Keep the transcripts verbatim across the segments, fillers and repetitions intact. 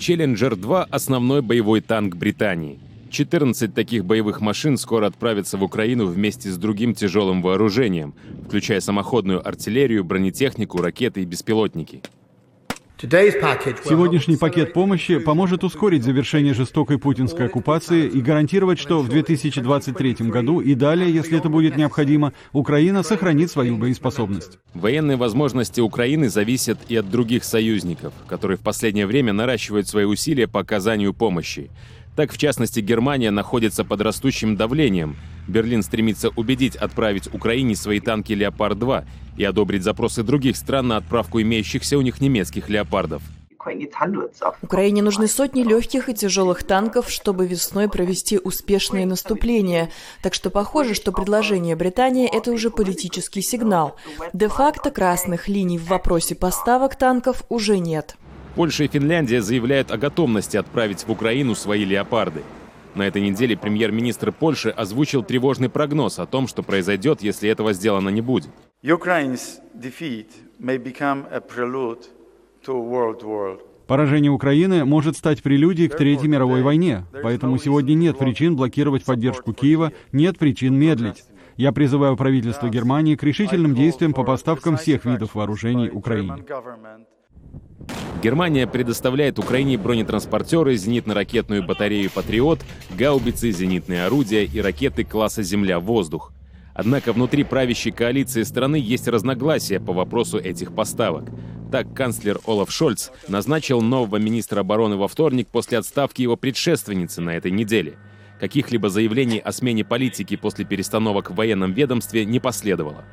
Челленджер два — основной боевой танк Британии. четырнадцать таких боевых машин скоро отправятся в Украину вместе с другим тяжелым вооружением, включая самоходную артиллерию, бронетехнику, ракеты и беспилотники. Сегодняшний пакет помощи поможет ускорить завершение жестокой путинской оккупации и гарантировать, что в две тысячи двадцать третьем году и далее, если это будет необходимо, Украина сохранит свою боеспособность. Военные возможности Украины зависят и от других союзников, которые в последнее время наращивают свои усилия по оказанию помощи. Так, в частности, Германия находится под растущим давлением. Берлин стремится убедить отправить Украине свои танки «Леопард два» и одобрить запросы других стран на отправку имеющихся у них немецких «Леопардов». Украине нужны сотни легких и тяжелых танков, чтобы весной провести успешные наступления. Так что похоже, что предложение Британии – это уже политический сигнал. Де-факто красных линий в вопросе поставок танков уже нет. Польша и Финляндия заявляют о готовности отправить в Украину свои «Леопарды». На этой неделе премьер-министр Польши озвучил тревожный прогноз о том, что произойдет, если этого сделано не будет. Поражение Украины может стать прелюдией к Третьей мировой войне, поэтому сегодня нет причин блокировать поддержку Киева, нет причин медлить. Я призываю правительство Германии к решительным действиям по поставкам всех видов вооружений Украине. Германия предоставляет Украине бронетранспортеры, зенитно-ракетную батарею «Патриот», гаубицы, зенитные орудия и ракеты класса «Земля-воздух». Однако внутри правящей коалиции страны есть разногласия по вопросу этих поставок. Так, канцлер Олаф Шольц назначил нового министра обороны во вторник после отставки его предшественницы на этой неделе. Каких-либо заявлений о смене политики после перестановок в военном ведомстве не последовало.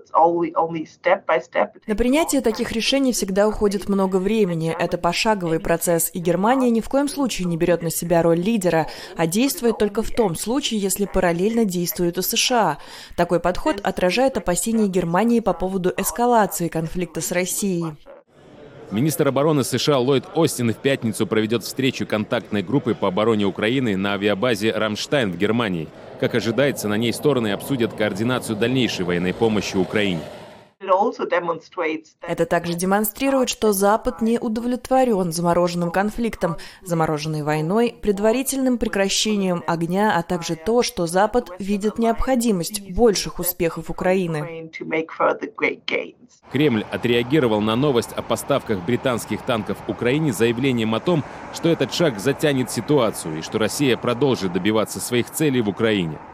На принятие таких решений всегда уходит много времени. Это пошаговый процесс, и Германия ни в коем случае не берет на себя роль лидера, а действует только в том случае, если параллельно действует и США. Такой подход отражает опасения Германии по поводу эскалации конфликта с Россией. Министр обороны США Ллойд Остин в пятницу проведет встречу контактной группы по обороне Украины на авиабазе «Рамштайн» в Германии. Как ожидается, на ней стороны обсудят координацию дальнейшей военной помощи Украине. Это также демонстрирует, что Запад не удовлетворен замороженным конфликтом, замороженной войной, предварительным прекращением огня, а также то, что Запад видит необходимость больших успехов Украины. Кремль отреагировал на новость о поставках британских танков Украине заявлением о том, что этот шаг затянет ситуацию и что Россия продолжит добиваться своих целей в Украине.